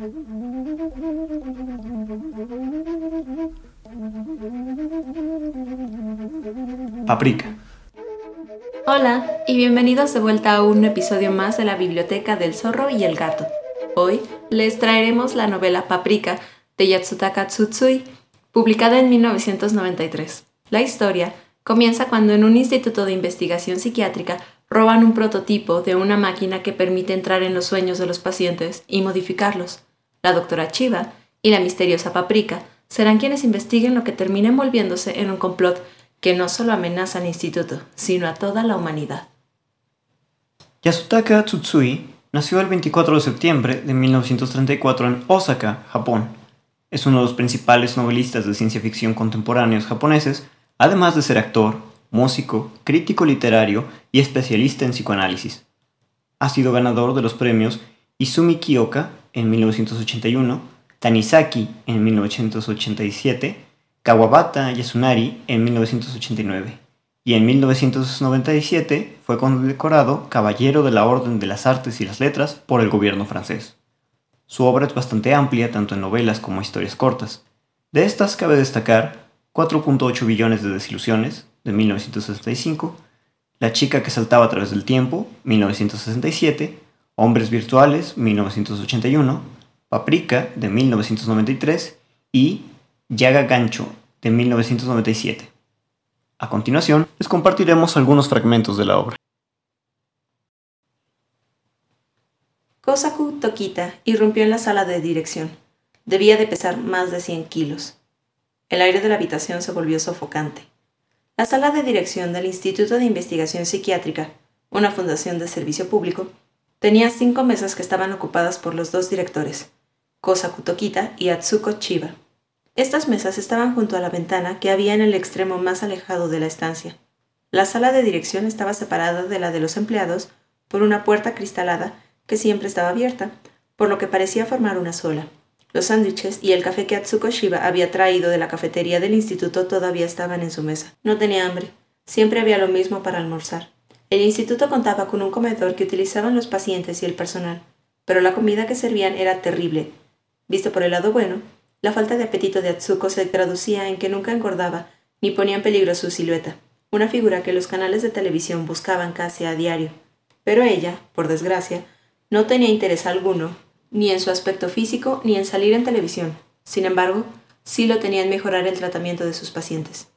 Paprika. Hola y bienvenidos de vuelta a un episodio más de la Biblioteca del Zorro y el Gato. Hoy les traeremos la novela Paprika de Yatsutaka Tsutsui, publicada en 1993. La historia comienza cuando en un instituto de investigación psiquiátrica roban un prototipo de una máquina que permite entrar en los sueños de los pacientes y modificarlos. La doctora Chiba y la misteriosa Paprika serán quienes investiguen lo que termina envolviéndose en un complot que no solo amenaza al instituto, sino a toda la humanidad. Yasutaka Tsutsui nació el 24 de septiembre de 1934 en Osaka, Japón. Es uno de los principales novelistas de ciencia ficción contemporáneos japoneses, además de ser actor, músico, crítico literario y especialista en psicoanálisis. Ha sido ganador de los premios Izumi Kioka en 1981, Tanizaki en 1987, Kawabata Yasunari en 1989, y en 1997 fue condecorado Caballero de la Orden de las Artes y las Letras por el gobierno francés. Su obra es bastante amplia, tanto en novelas como historias cortas. De estas cabe destacar 4.8 billones de desilusiones, de 1965, La chica que saltaba a través del tiempo, 1967, Hombres virtuales, 1981, Paprika, de 1993, y Yaga Gancho, de 1997. A continuación, les compartiremos algunos fragmentos de la obra. Kosaku Tokita irrumpió en la sala de dirección. Debía de pesar más de 100 kilos. El aire de la habitación se volvió sofocante. La sala de dirección del Instituto de Investigación Psiquiátrica, una fundación de servicio público, tenía 5 mesas que estaban ocupadas por los 2 directores, Kosaku Tokita y Atsuko Chiba. Estas mesas estaban junto a la ventana que había en el extremo más alejado de la estancia. La sala de dirección estaba separada de la de los empleados por una puerta cristalada que siempre estaba abierta, por lo que parecía formar una sola. Los sándwiches y el café que Atsuko Chiba había traído de la cafetería del instituto todavía estaban en su mesa. No tenía hambre. Siempre había lo mismo para almorzar. El instituto contaba con un comedor que utilizaban los pacientes y el personal, pero la comida que servían era terrible. Visto por el lado bueno, la falta de apetito de Atsuko se traducía en que nunca engordaba ni ponía en peligro su silueta, una figura que los canales de televisión buscaban casi a diario. Pero ella, por desgracia, no tenía interés alguno, ni en su aspecto físico ni en salir en televisión. Sin embargo, sí lo tenía en mejorar el tratamiento de sus pacientes.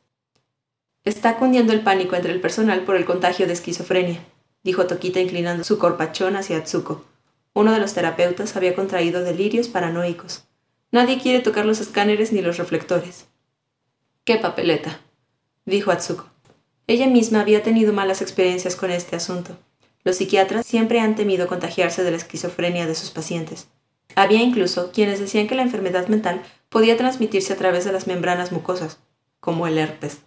Está cundiendo el pánico entre el personal por el contagio de esquizofrenia, dijo Tokita inclinando su corpachón hacia Atsuko. Uno de los terapeutas había contraído delirios paranoicos. Nadie quiere tocar los escáneres ni los reflectores. ¡Qué papeleta!, dijo Atsuko. Ella misma había tenido malas experiencias con este asunto. Los psiquiatras siempre han temido contagiarse de la esquizofrenia de sus pacientes. Había incluso quienes decían que la enfermedad mental podía transmitirse a través de las membranas mucosas, como el herpes.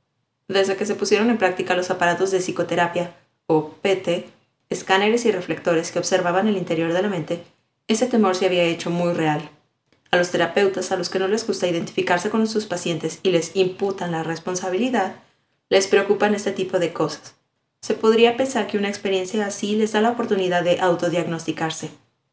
Desde que se pusieron en práctica los aparatos de psicoterapia, o PT, escáneres y reflectores que observaban el interior de la mente, ese temor se había hecho muy real. A los terapeutas, a los que no les gusta identificarse con sus pacientes y les imputan la responsabilidad, les preocupan este tipo de cosas. Se podría pensar que una experiencia así les da la oportunidad de autodiagnosticarse.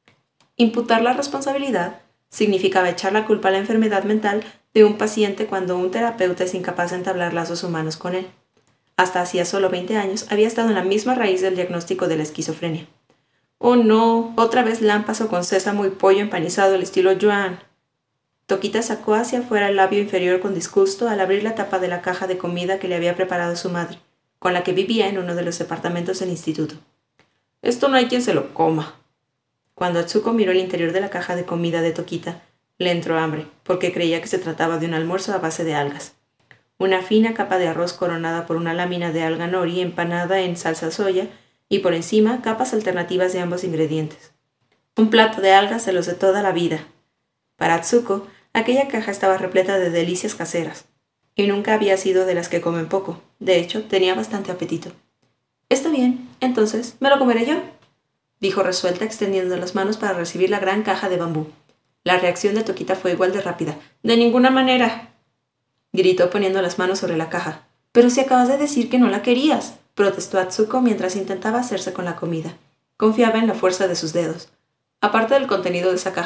Imputar la responsabilidad significaba echar la culpa a la enfermedad mental de un paciente cuando un terapeuta es incapaz de entablar lazos humanos con él. Hasta hacía solo 20 años había estado en la misma raíz del diagnóstico de la esquizofrenia. ¡Oh no! Otra vez lámpazo con sésamo y pollo empanizado al estilo Joan. Tokita sacó hacia afuera el labio inferior con disgusto al abrir la tapa de la caja de comida que le había preparado su madre, con la que vivía en uno de los departamentos del instituto. «Esto no hay quien se lo coma». Cuando Atsuko miró el interior de la caja de comida de Tokita, le entró hambre, porque creía que se trataba de un almuerzo a base de algas. Una fina capa de arroz coronada por una lámina de alga nori empanada en salsa soya y por encima capas alternativas de ambos ingredientes. Un plato de algas de los de toda la vida. Para Atsuko, aquella caja estaba repleta de delicias caseras, y nunca había sido de las que comen poco. De hecho, tenía bastante apetito. «Está bien, entonces, ¿me lo comeré yo?», dijo resuelta extendiendo las manos para recibir la gran caja de bambú. La reacción de Tokita fue igual de rápida. «¡De ninguna manera!», gritó poniendo las manos sobre la caja. «Pero si acabas de decir que no la querías», protestó Atsuko mientras intentaba hacerse con la comida. Confiaba en la fuerza de sus dedos. Aparte del contenido de esa caja,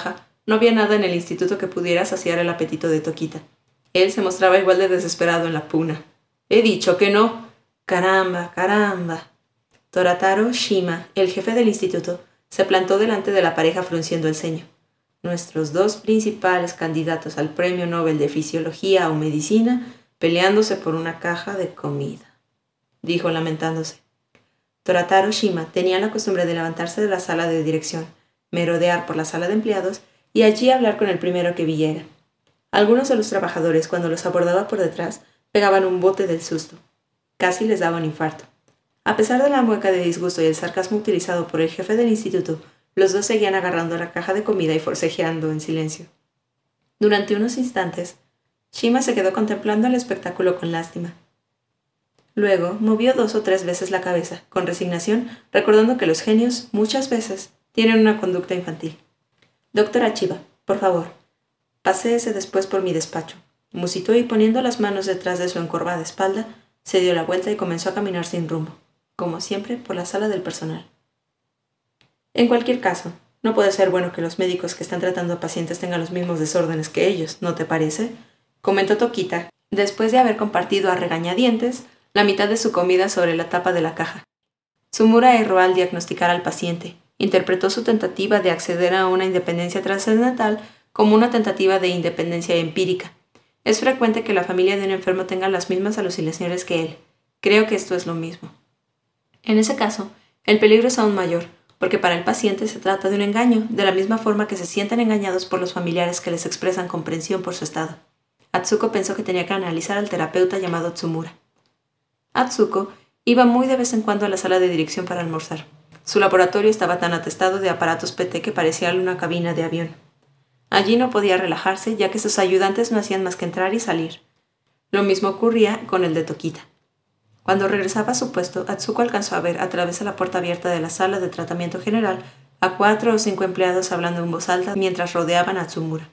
No había nada en el instituto que pudiera saciar el apetito de Tokita. Él se mostraba igual de desesperado en la pugna. «He dicho que no». «Caramba, caramba». Torataro Shima, el jefe del instituto, se plantó delante de la pareja frunciendo el ceño. Nuestros dos principales candidatos al Premio Nobel de Fisiología o Medicina peleándose por una caja de comida, dijo lamentándose. Torataro Shima tenía la costumbre de levantarse de la sala de dirección, merodear por la sala de empleados y allí hablar con el primero que viniera. Algunos de los trabajadores, cuando los abordaba por detrás, pegaban un bote del susto. Casi les daba un infarto. A pesar de la mueca de disgusto y el sarcasmo utilizado por el jefe del instituto, los dos seguían agarrando la caja de comida y forcejeando en silencio. Durante unos instantes, Shima se quedó contemplando el espectáculo con lástima. Luego movió 2 o 3 veces la cabeza, con resignación, recordando que los genios, muchas veces, tienen una conducta infantil. «Doctora Chiba, por favor, paséese después por mi despacho», musitó y poniendo las manos detrás de su encorvada espalda, se dio la vuelta y comenzó a caminar sin rumbo, como siempre, por la sala del personal. En cualquier caso, no puede ser bueno que los médicos que están tratando a pacientes tengan los mismos desórdenes que ellos, ¿no te parece?, comentó Tokita, después de haber compartido a regañadientes la mitad de su comida sobre la tapa de la caja. Tsumura erró al diagnosticar al paciente. Interpretó su tentativa de acceder a una independencia trascendental como una tentativa de independencia empírica. Es frecuente que la familia de un enfermo tenga las mismas alucinaciones que él. Creo que esto es lo mismo. En ese caso, el peligro es aún mayor, porque para el paciente se trata de un engaño, de la misma forma que se sienten engañados por los familiares que les expresan comprensión por su estado. Atsuko pensó que tenía que analizar al terapeuta llamado Tsumura. Atsuko iba muy de vez en cuando a la sala de dirección para almorzar. Su laboratorio estaba tan atestado de aparatos PT que parecía una cabina de avión. Allí no podía relajarse, ya que sus ayudantes no hacían más que entrar y salir. Lo mismo ocurría con el de Tokita. Cuando regresaba a su puesto, Atsuko alcanzó a ver, a través de la puerta abierta de la sala de tratamiento general, a 4 o 5 empleados hablando en voz alta mientras rodeaban a Tsumura.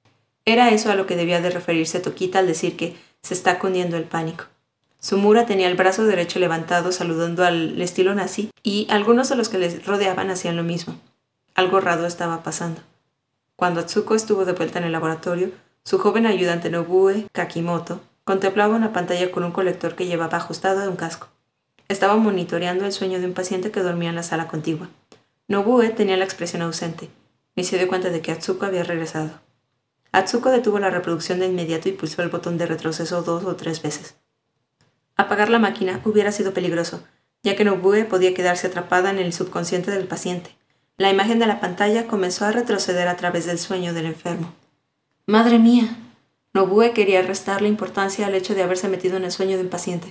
Era eso a lo que debía de referirse Tokita al decir que se está cundiendo el pánico. Tsumura tenía el brazo derecho levantado saludando al estilo nazi y algunos de los que les rodeaban hacían lo mismo. Algo raro estaba pasando. Cuando Atsuko estuvo de vuelta en el laboratorio, su joven ayudante Nobue Kakimoto contemplaba una pantalla con un colector que llevaba ajustado a un casco. Estaba monitoreando el sueño de un paciente que dormía en la sala contigua. Nobue tenía la expresión ausente, ni se dio cuenta de que Atsuko había regresado. Atsuko detuvo la reproducción de inmediato y pulsó el botón de retroceso 2 o 3 veces. Apagar la máquina hubiera sido peligroso, ya que Nobue podía quedarse atrapada en el subconsciente del paciente. La imagen de la pantalla comenzó a retroceder a través del sueño del enfermo. ¡Madre mía! Nobue quería restarle importancia al hecho de haberse metido en el sueño de un paciente.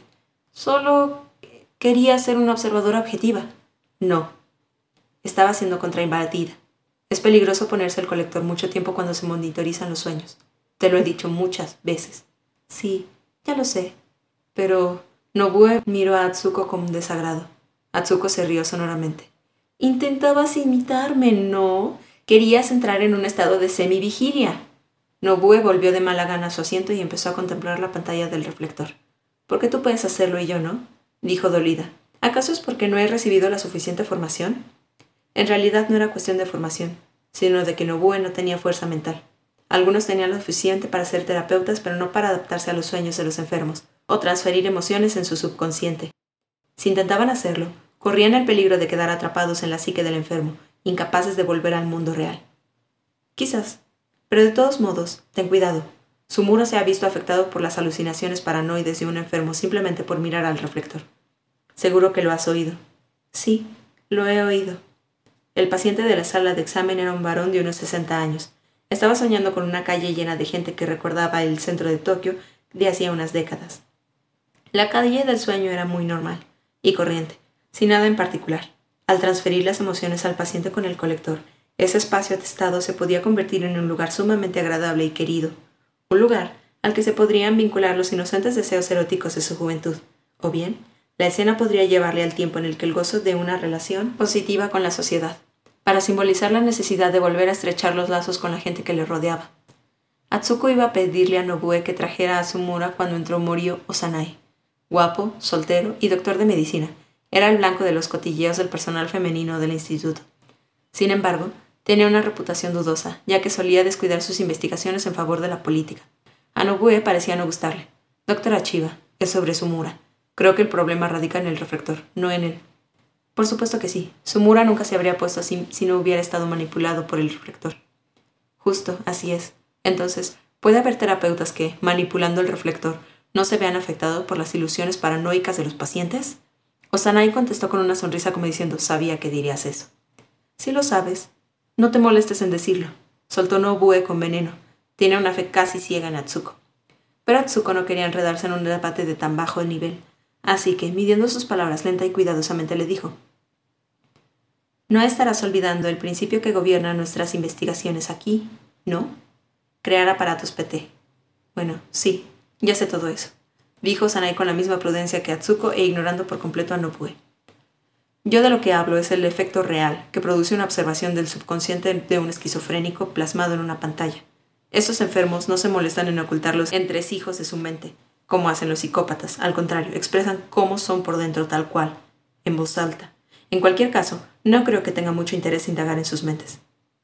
Solo quería ser una observadora objetiva. No. Estaba siendo contrainvadida. Es peligroso ponerse el colector mucho tiempo cuando se monitorizan los sueños. Te lo he dicho muchas veces. Sí, ya lo sé. Pero Nobue miró a Atsuko con desagrado. Atsuko se rió sonoramente. Intentabas imitarme, ¿no? Querías entrar en un estado de semivigilia. Nobue volvió de mala gana a su asiento y empezó a contemplar la pantalla del reflector. ¿Por qué tú puedes hacerlo y yo no?, dijo dolida. ¿Acaso es porque no he recibido la suficiente formación? En realidad no era cuestión de formación, sino de que Nobue no tenía fuerza mental. Algunos tenían lo suficiente para ser terapeutas, pero no para adaptarse a los sueños de los enfermos o transferir emociones en su subconsciente. Si intentaban hacerlo, corrían el peligro de quedar atrapados en la psique del enfermo, incapaces de volver al mundo real. Quizás, pero de todos modos, ten cuidado. Tsumura se ha visto afectado por las alucinaciones paranoides de un enfermo simplemente por mirar al reflector. Seguro que lo has oído. Sí, lo he oído. El paciente de la sala de examen era un varón de unos 60 años. Estaba soñando con una calle llena de gente que recordaba el centro de Tokio de hacía unas décadas. La calle del sueño era muy normal y corriente, sin nada en particular. Al transferir las emociones al paciente con el colector, ese espacio atestado se podía convertir en un lugar sumamente agradable y querido, un lugar al que se podrían vincular los inocentes deseos eróticos de su juventud, o bien, la escena podría llevarle al tiempo en el que el gozo de una relación positiva con la sociedad, para simbolizar la necesidad de volver a estrechar los lazos con la gente que le rodeaba. Atsuko iba a pedirle a Nobue que trajera a Tsumura cuando entró Morio Ozanai. Guapo, soltero y doctor de medicina, era el blanco de los cotilleos del personal femenino del instituto. Sin embargo, tenía una reputación dudosa, ya que solía descuidar sus investigaciones en favor de la política. A Nobue parecía no gustarle. Doctora Chiba, es sobre Sumura. Creo que el problema radica en el reflector, no en él. Por supuesto que sí. Sumura nunca se habría puesto así si no hubiera estado manipulado por el reflector. Justo, así es. Entonces, ¿puede haber terapeutas que, manipulando el reflector, no se vean afectados por las ilusiones paranoicas de los pacientes? Osanai contestó con una sonrisa como diciendo, sabía que dirías eso. Si lo sabes, no te molestes en decirlo. Soltó Nobue con veneno. Tiene una fe casi ciega en Atsuko. Pero Atsuko no quería enredarse en un debate de tan bajo nivel, así que, midiendo sus palabras lenta y cuidadosamente, le dijo: no estarás olvidando el principio que gobierna nuestras investigaciones aquí, ¿no? Crear aparatos PT. Bueno, sí, ya sé todo eso, dijo Sanai con la misma prudencia que Atsuko e ignorando por completo a Nobue. Yo de lo que hablo es el efecto real que produce una observación del subconsciente de un esquizofrénico plasmado en una pantalla. Estos enfermos no se molestan en ocultar los entresijos de su mente, como hacen los psicópatas. Al contrario, expresan cómo son por dentro tal cual, en voz alta. En cualquier caso, no creo que tenga mucho interés indagar en sus mentes.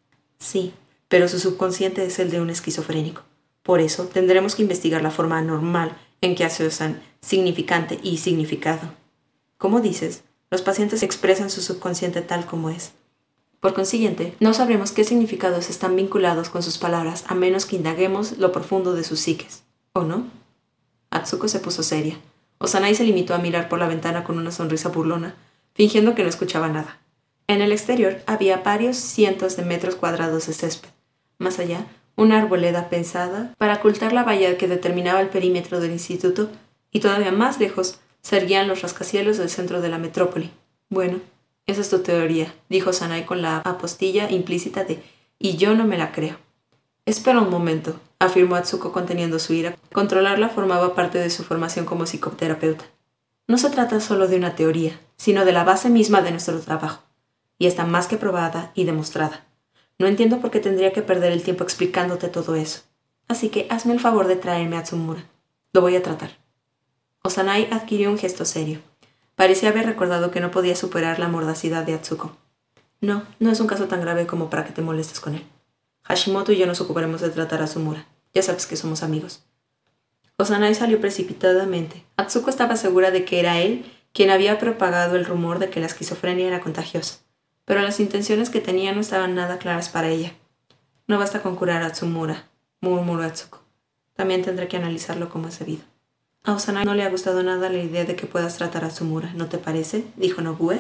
Sí, pero su subconsciente es el de un esquizofrénico. Por eso, tendremos que investigar la forma anormal en que asocian significante y significado. Como dices, los pacientes expresan su subconsciente tal como es. Por consiguiente, no sabremos qué significados están vinculados con sus palabras a menos que indaguemos lo profundo de sus psiques. ¿O no? Atsuko se puso seria. Osanai se limitó a mirar por la ventana con una sonrisa burlona, fingiendo que no escuchaba nada. En el exterior había varios cientos de metros cuadrados de césped. Más allá, una arboleda pensada para ocultar la valla que determinaba el perímetro del instituto, y todavía más lejos se erguían los rascacielos del centro de la metrópoli. Bueno, esa es tu teoría, dijo Sanai con la apostilla implícita de «y yo no me la creo». Espera un momento, afirmó Atsuko conteniendo su ira. Controlarla formaba parte de su formación como psicoterapeuta. No se trata solo de una teoría, sino de la base misma de nuestro trabajo, y está más que probada y demostrada. No entiendo por qué tendría que perder el tiempo explicándote todo eso. Así que hazme el favor de traerme a Tsumura. Lo voy a tratar. Osanai adquirió un gesto serio. Parecía haber recordado que no podía superar la mordacidad de Atsuko. No es un caso tan grave como para que te molestes con él. Hashimoto y yo nos ocuparemos de tratar a Sumura. Ya sabes que somos amigos. Osanai salió precipitadamente. Atsuko estaba segura de que era él quien había propagado el rumor de que la esquizofrenia era contagiosa, pero las intenciones que tenía no estaban nada claras para ella. No basta con curar a Tsumura, murmuró Atsuko. También tendré que analizarlo como es debido. A Osanai no le ha gustado nada la idea de que puedas tratar a Tsumura, ¿no te parece?, dijo Nobue.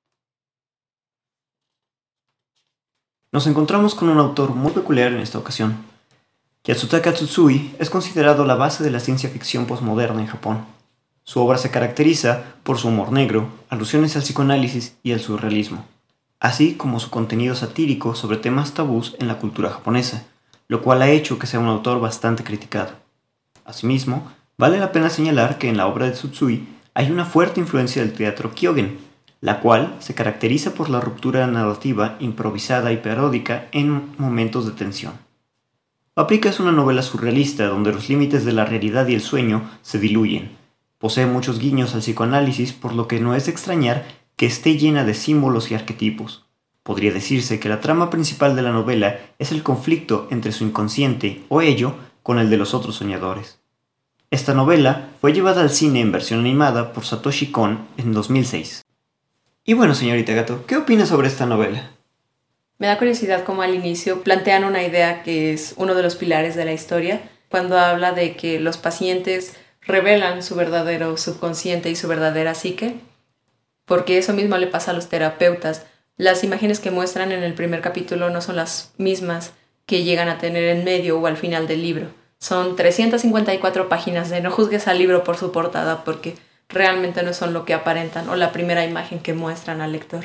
Nos encontramos con un autor muy peculiar en esta ocasión. Yasutaka Tsutsui es considerado la base de la ciencia ficción posmoderna en Japón. Su obra se caracteriza por su humor negro, alusiones al psicoanálisis y al surrealismo, así como su contenido satírico sobre temas tabús en la cultura japonesa, lo cual ha hecho que sea un autor bastante criticado. Asimismo, vale la pena señalar que en la obra de Tsutsui hay una fuerte influencia del teatro Kyogen, la cual se caracteriza por la ruptura narrativa improvisada y paródica en momentos de tensión. Paprika es una novela surrealista donde los límites de la realidad y el sueño se diluyen. Posee muchos guiños al psicoanálisis, por lo que no es de extrañar que esté llena de símbolos y arquetipos. Podría decirse que la trama principal de la novela es el conflicto entre su inconsciente, o ello, con el de los otros soñadores. Esta novela fue llevada al cine en versión animada por Satoshi Kon en 2006. Y bueno, señorita Gato, ¿qué opina sobre esta novela? Me da curiosidad cómo al inicio plantean una idea que es uno de los pilares de la historia, cuando habla de que los pacientes revelan su verdadero subconsciente y su verdadera psique, porque eso mismo le pasa a los terapeutas. Las imágenes que muestran en el primer capítulo no son las mismas que llegan a tener en medio o al final del libro. Son 354 páginas de no juzgues al libro por su portada, porque realmente no son lo que aparentan o la primera imagen que muestran al lector.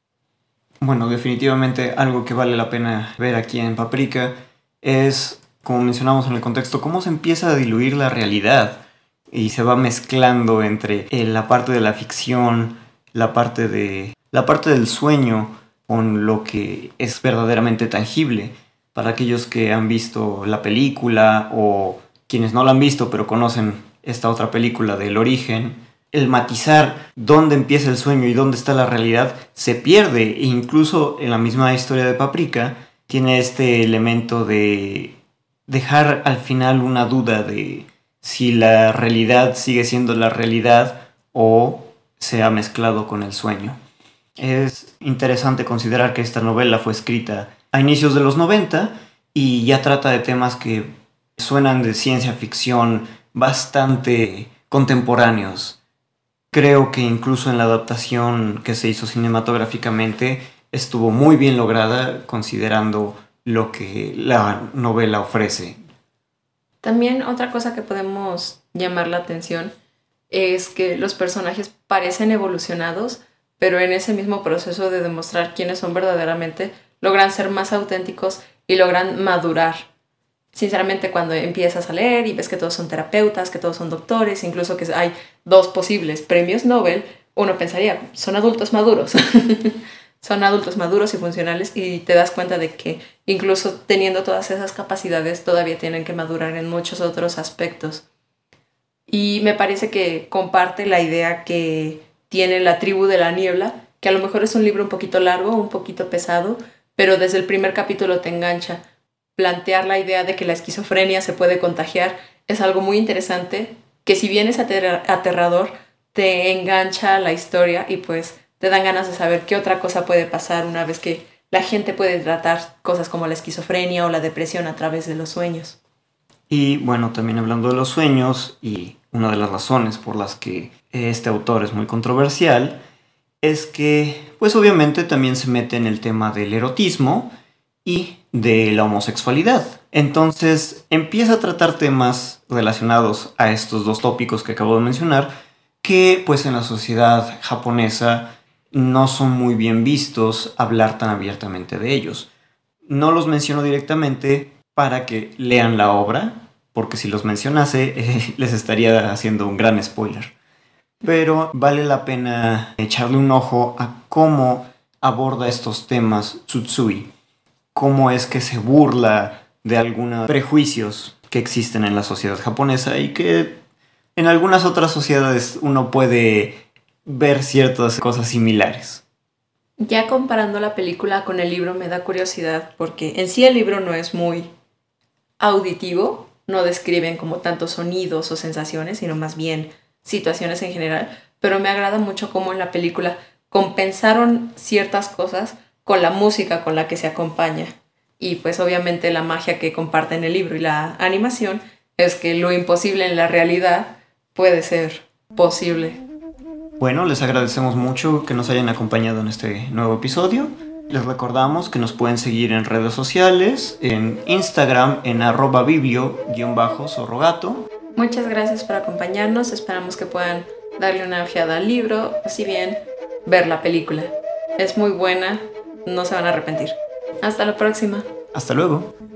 Bueno, definitivamente algo que vale la pena ver aquí en Paprika es, como mencionamos en el contexto, cómo se empieza a diluir la realidad y se va mezclando entre la parte de la ficción, la parte del sueño con lo que es verdaderamente tangible. Para aquellos que han visto la película o quienes no la han visto pero conocen esta otra película del Origen, el matizar dónde empieza el sueño y dónde está la realidad se pierde, e incluso en la misma historia de Paprika tiene este elemento de dejar al final una duda de si la realidad sigue siendo la realidad o se ha mezclado con el sueño. Es interesante considerar que esta novela fue escrita a inicios de los 90 y ya trata de temas que suenan de ciencia ficción bastante contemporáneos. Creo que incluso en la adaptación que se hizo cinematográficamente estuvo muy bien lograda considerando lo que la novela ofrece. También otra cosa que podemos llamar la atención es que los personajes parecen evolucionados, pero en ese mismo proceso de demostrar quiénes son verdaderamente, logran ser más auténticos y logran madurar. Sinceramente, cuando empiezas a leer y ves que todos son terapeutas, que todos son doctores, incluso que hay 2 posibles premios Nobel, uno pensaría, son adultos maduros. Son adultos maduros y funcionales y te das cuenta de que incluso teniendo todas esas capacidades todavía tienen que madurar en muchos otros aspectos. Y me parece que comparte la idea que tiene La tribu de la niebla, que a lo mejor es un libro un poquito largo, un poquito pesado, pero desde el primer capítulo te engancha. Plantear la idea de que la esquizofrenia se puede contagiar es algo muy interesante, que si bien es aterrador, te engancha la historia y pues te dan ganas de saber qué otra cosa puede pasar una vez que la gente puede tratar cosas como la esquizofrenia o la depresión a través de los sueños. Y bueno, también hablando de los sueños, y una de las razones por las que este autor es muy controversial, es que, pues obviamente también se mete en el tema del erotismo y de la homosexualidad. Entonces empieza a tratar temas relacionados a estos dos tópicos que acabo de mencionar, que pues en la sociedad japonesa no son muy bien vistos hablar tan abiertamente de ellos. No los menciono directamente para que lean la obra, porque si los mencionase les estaría haciendo un gran spoiler. Pero vale la pena echarle un ojo a cómo aborda estos temas Tsutsui, cómo es que se burla de algunos prejuicios que existen en la sociedad japonesa y que en algunas otras sociedades uno puede ver ciertas cosas similares. Ya comparando la película con el libro me da curiosidad porque en sí el libro no es muy auditivo, no describen como tantos sonidos o sensaciones, sino más bien situaciones en general, pero me agrada mucho cómo en la película compensaron ciertas cosas con la música con la que se acompaña. Y pues obviamente la magia que comparten el libro y la animación es que lo imposible en la realidad puede ser posible. Bueno, les agradecemos mucho que nos hayan acompañado en este nuevo episodio. Les recordamos que nos pueden seguir en redes sociales, en Instagram en @biblio_zorrogato. Muchas gracias por acompañarnos, esperamos que puedan darle una ojeada al libro, o si bien ver la película. Es muy buena, no se van a arrepentir. Hasta la próxima. Hasta luego.